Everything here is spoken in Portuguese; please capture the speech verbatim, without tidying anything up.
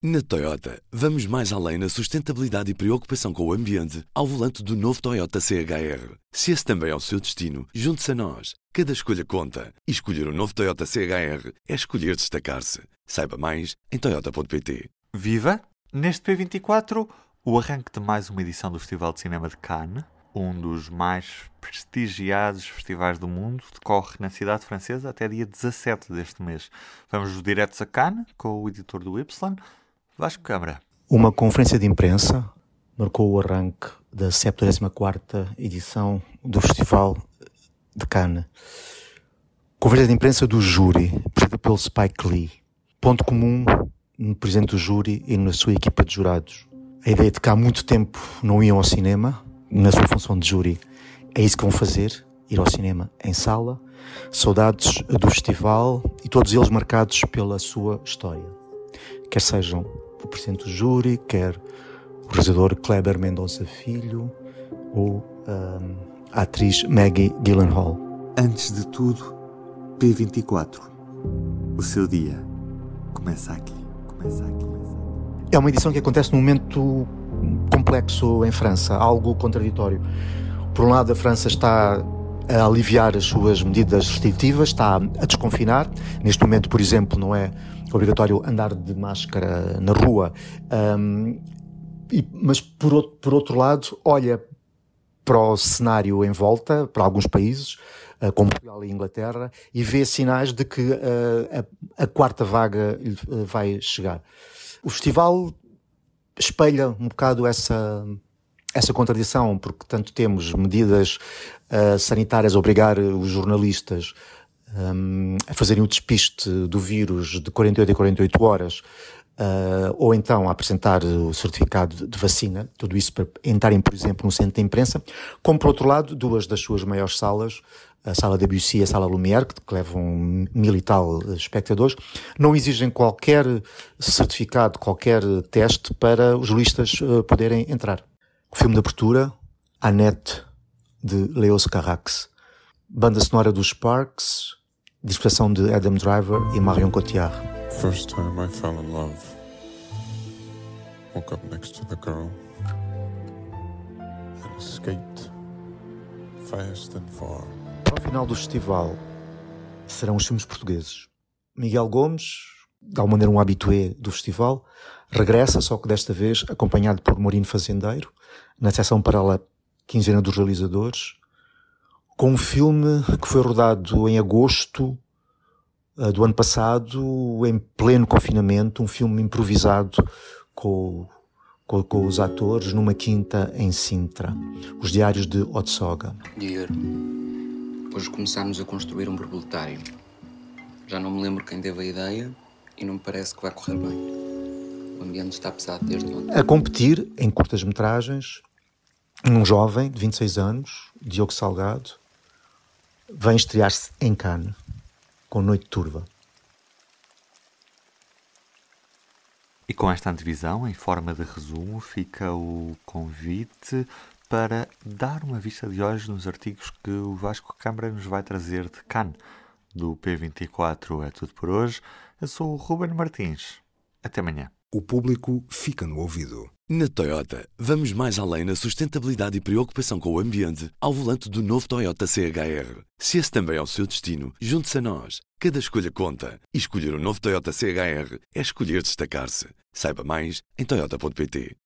Na Toyota, vamos mais além na sustentabilidade e preocupação com o ambiente ao volante do novo Toyota C H R. Se esse também é o seu destino, junte-se a nós. Cada escolha conta. E escolher o novo Toyota C H R é escolher destacar-se. Saiba mais em toyota ponto pt. Viva! Neste P vinte e quatro, o arranque de mais uma edição do Festival de Cinema de Cannes, um dos mais prestigiados festivais do mundo, decorre na cidade francesa até dia dezassete deste mês. Vamos diretos a Cannes, com o editor do Y, Vasco Câmara. Uma conferência de imprensa marcou o arranque da septuagésima quarta edição do Festival de Cannes. Conferência de imprensa do júri, presidida pelo Spike Lee. Ponto comum no presidente do júri e na sua equipa de jurados. A ideia de que há muito tempo não iam ao cinema, na sua função de júri, é isso que vão fazer, ir ao cinema em sala. Saudades do festival e todos eles marcados pela sua história. Quer sejam o presidente do júri, quer o realizador Kleber Mendonça Filho ou um, a atriz Maggie Gyllenhaal. Antes de tudo, P vinte e quatro. O seu dia começa aqui. Começa aqui. É uma edição que acontece num momento complexo em França, algo contraditório. Por um lado, a França está a aliviar as suas medidas restritivas, está a desconfinar. Neste momento, por exemplo, não é obrigatório andar de máscara na rua. Um, e, mas, por outro, por outro lado, olha para o cenário em volta, para alguns países, uh, como Portugal e Inglaterra, e vê sinais de que uh, a, a quarta vaga uh, vai chegar. O festival espelha um bocado essa, essa contradição, porque tanto temos medidas uh, sanitárias a obrigar os jornalistas um, a fazerem o despiste do vírus de quarenta e oito em quarenta e oito horas, uh, ou então a apresentar o certificado de vacina, tudo isso para entrarem, por exemplo, no centro de imprensa, como, por outro lado, duas das suas maiores salas, a Sala Debussy e a Sala Lumière, que levam mil e tal espectadores, não exigem qualquer certificado, qualquer teste para os juristas uh, poderem entrar. O filme de abertura, Annette, de Léos Carax. Banda sonora dos Sparks, discussão de Adam Driver e Marion Cotillard. First time I fell in love. Woke up next to the girl and escaped fast and far. Para o final do festival serão os filmes portugueses. Miguel Gomes, de alguma maneira um habitué do festival, regressa, só que desta vez acompanhado por Mourinho Fazendeiro, na seção paralela Quinzena dos Realizadores, com um filme que foi rodado em agosto uh, do ano passado, em pleno confinamento, um filme improvisado com, com, com os atores numa quinta em Sintra, Os Diários de Otsoga. Dear, hoje começámos a construir um borboletário. Já não me lembro quem teve a ideia e não me parece que vai correr bem. O ambiente está pesado desde ontem. A competir em curtas-metragens, um jovem de vinte e seis anos, Diogo Salgado, vem estrear-se em Cannes, com Noite Turva. E com esta antevisão, em forma de resumo, fica o convite para dar uma vista de olhos nos artigos que o Vasco Câmara nos vai trazer de Cannes. Do P vinte e quatro é tudo por hoje. Eu sou o Ruben Martins. Até amanhã. O público fica no ouvido. Na Toyota, vamos mais além na sustentabilidade e preocupação com o ambiente ao volante do novo Toyota C H R. Se esse também é o seu destino, junte-se a nós. Cada escolha conta. E escolher o novo Toyota C H R é escolher destacar-se. Saiba mais em toyota ponto pt.